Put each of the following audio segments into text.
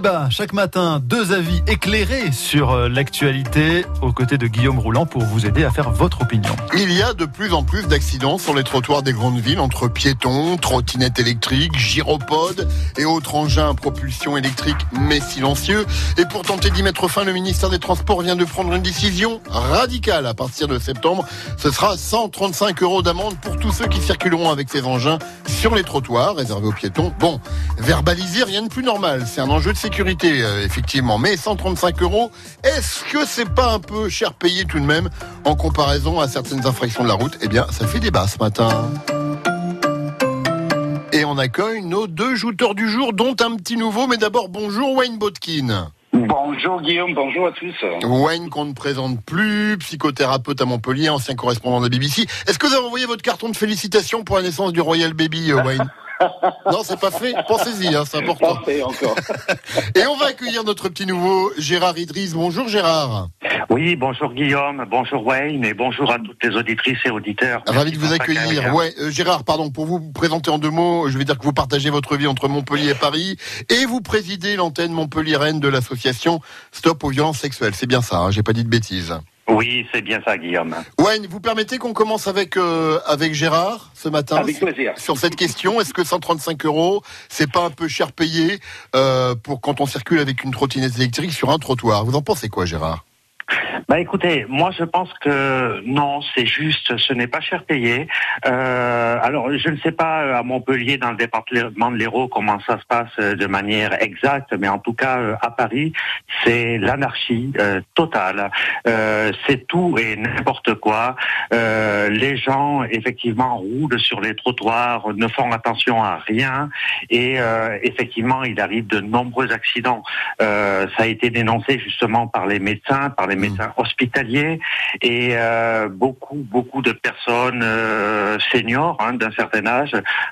débat. Chaque matin, 2 avis éclairés sur l'actualité, aux côtés de Guillaume Rouland pour vous aider à faire votre opinion. Il y a de plus en plus d'accidents sur les trottoirs des grandes villes entre piétons, trottinettes électriques, gyropodes et autres engins à propulsion électrique mais silencieux. Et pour tenter d'y mettre fin, le ministère des Transports vient de prendre une décision radicale. À partir de septembre, ce sera 135 € d'amende pour tous ceux qui circuleront avec ces engins sur les trottoirs réservés aux piétons. Bon, verbaliser, rien de plus normal. C'est un enjeu de sécurité, effectivement. Mais 135 €, est-ce que c'est pas un peu cher payé tout de même en comparaison à certaines infractions de la route? Eh bien, ça fait débat ce matin. Et on accueille nos 2 jouteurs du jour, dont un petit nouveau. Mais d'abord, bonjour Wayne Botkin. Bonjour Guillaume, bonjour à tous. Wayne qu'on ne présente plus, psychothérapeute à Montpellier, ancien correspondant de la BBC. Est-ce que vous avez envoyé votre carton de félicitations pour la naissance du Royal Baby, Wayne? Non, c'est pas fait. Pensez-y, c'est important. Pas fait encore. Et on va accueillir notre petit nouveau, Gérard Idriss. Bonjour Gérard. Oui, bonjour Guillaume, bonjour Wayne et bonjour à toutes les auditrices et auditeurs. Ravi de vous accueillir. Gérard, pardon, pour vous présenter en 2 mots, je vais dire que vous partagez votre vie entre Montpellier et Paris et vous présidez l'antenne montpelliéraine de l'association Stop aux violences sexuelles. C'est bien ça, j'ai pas dit de bêtises. Oui, c'est bien ça, Guillaume. Wayne, vous permettez qu'on commence avec Gérard ce matin? Avec plaisir. Sur cette question, est-ce que 135 €, c'est pas un peu cher payé pour quand on circule avec une trottinette électrique sur un trottoir? Vous en pensez quoi, Gérard? Bah écoutez, moi je pense que non, c'est juste, ce n'est pas cher payé. Alors je ne sais pas à Montpellier, dans le département de l'Hérault, comment ça se passe de manière exacte, mais en tout cas à Paris, c'est l'anarchie totale. C'est tout et n'importe quoi. Les gens effectivement roulent sur les trottoirs, ne font attention à rien et effectivement il arrive de nombreux accidents. Ça a été dénoncé justement par les médecins hospitaliers et beaucoup de personnes seniors d'un certain âge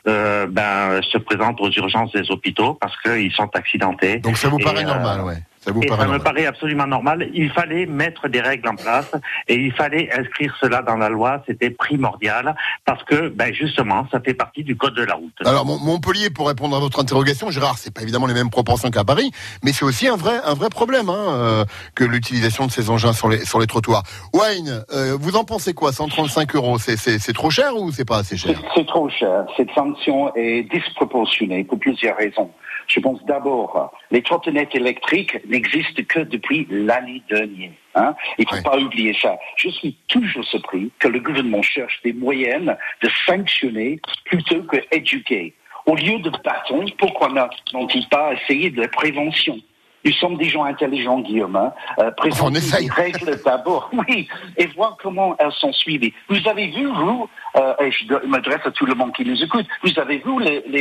se présentent aux urgences des hôpitaux parce qu'ils sont accidentés. Donc ça vous paraît normal, ouais. Ça me paraît absolument normal. Il fallait mettre des règles en place et il fallait inscrire cela dans la loi. C'était primordial parce que, justement, ça fait partie du code de la route. Alors, Montpellier, pour répondre à votre interrogation, Gérard, c'est pas évidemment les mêmes proportions qu'à Paris, mais c'est aussi un vrai problème, que l'utilisation de ces engins sur les trottoirs. Wayne, vous en pensez quoi? 135 €, c'est trop cher ou c'est pas assez cher? C'est trop cher. Cette sanction est disproportionnée pour plusieurs raisons. Je pense d'abord, les trottinettes électriques n'existent que depuis l'année dernière. Il ne faut pas oublier ça. Je suis toujours surpris que le gouvernement cherche des moyens de sanctionner plutôt que éduquer. Au lieu de bâtons, pourquoi n'ont-ils pas essayé de la prévention? Nous sommes des gens intelligents, Guillaume. Présenter les règles d'abord, oui, et voir comment elles sont suivies. Vous avez vu, et je m'adresse à tout le monde qui nous écoute, vous avez vu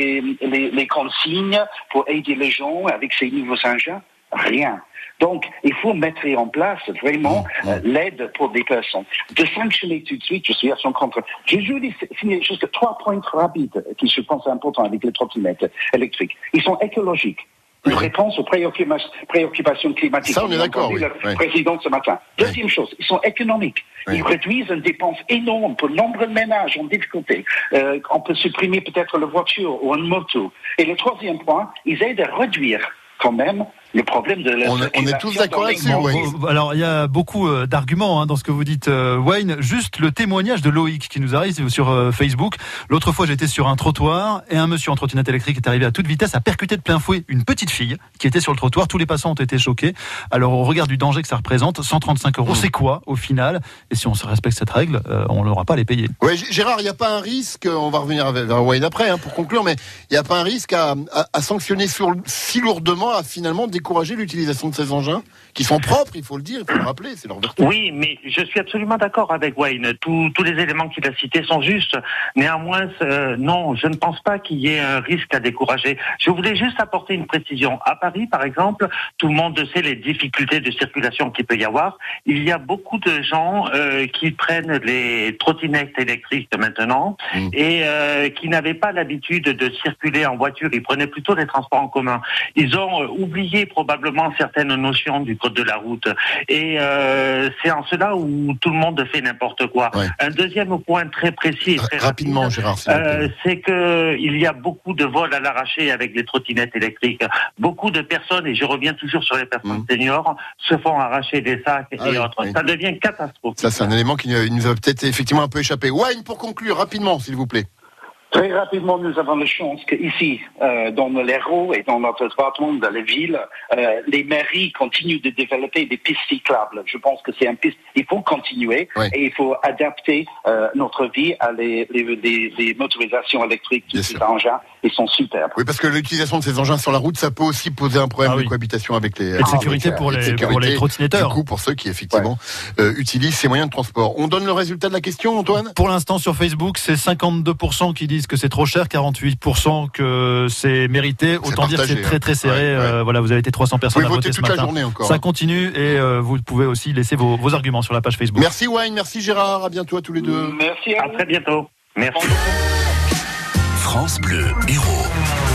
les consignes pour aider les gens avec ces nouveaux engins? Rien. Donc, il faut mettre en place vraiment l'aide pour des personnes. De sanctionner tout de suite, je suis à son contre. Je voulais signer juste 3 points rapides qui je pense importants avec les trottinettes électriques. Ils sont écologiques. Une réponse aux préoccupations climatiques. Ça, on est d'accord, oui. Le président ce matin. Deuxième chose, ils sont économiques. Ils réduisent une dépense énorme pour nombre de ménages en difficulté. On peut supprimer peut-être la voiture ou une moto. Et le troisième point, ils aident à réduire quand même le problème de la on est tous d'accord là-dessus, Wayne. Alors, il y a beaucoup d'arguments dans ce que vous dites, Wayne. Juste le témoignage de Loïc qui nous arrive sur Facebook. L'autre fois, j'étais sur un trottoir et un monsieur en trottinette électrique est arrivé à toute vitesse, a percuté de plein fouet une petite fille qui était sur le trottoir. Tous les passants ont été choqués. Alors, au regard du danger que ça représente, 135 €, c'est quoi au final? Et si on se respecte cette règle, on n'aura pas à les payer. Ouais, Gérard, il n'y a pas un risque, on va revenir vers Wayne après pour conclure, mais il n'y a pas un risque à sanctionner si lourdement, à finalement décourager l'utilisation de ces engins qui sont propres, il faut le dire, il faut le rappeler, c'est leur vertu. Oui, mais je suis absolument d'accord avec Wayne. Tous les éléments qu'il a cités sont justes. Néanmoins, non, je ne pense pas qu'il y ait un risque à décourager. Je voulais juste apporter une précision. À Paris, par exemple, tout le monde sait les difficultés de circulation qu'il peut y avoir. Il y a beaucoup de gens qui prennent les trottinettes électriques maintenant et qui n'avaient pas l'habitude de circuler en voiture. Ils prenaient plutôt les transports en commun. Ils ont oublié probablement certaines notions du code de la route. Et c'est en cela où tout le monde fait n'importe quoi. Ouais. Un deuxième point très précis et très rapidement, rapide, Gérard, s'il vous plaît. c'est que il y a beaucoup de vols à l'arraché avec les trottinettes électriques. Beaucoup de personnes, et je reviens toujours sur les personnes seniors, se font arracher des sacs et autres. Oui. Ça devient catastrophique. Ça, c'est un élément qui nous a peut-être effectivement un peu échappé. Wayne, pour conclure, rapidement, s'il vous plaît. Très rapidement, nous avons la chance qu'ici, dans l'Hérault et dans notre département de la ville, les mairies continuent de développer des pistes cyclables. Je pense que c'est une piste. Il faut continuer et il faut adapter notre vie à les motorisations électriques de ces engins. Ils sont superbes. Oui, parce que l'utilisation de ces engins sur la route, ça peut aussi poser un problème de cohabitation avec les... Et de sécurité pour les trottinetteurs. Du coup, pour ceux qui, effectivement, utilisent ces moyens de transport. On donne le résultat de la question, Antoine ? Pour l'instant, sur Facebook, c'est 52% qui disent que c'est trop cher, 48% que c'est mérité. Autant dire que c'est très très serré. Voilà, vous avez été 300 personnes à voter ce matin. La journée encore, ça continue et vous pouvez aussi laisser vos arguments sur la page Facebook. Merci Wayne, merci Gérard, à bientôt à tous les deux. Merci à vous. À très bientôt. Merci. France Bleu Héros.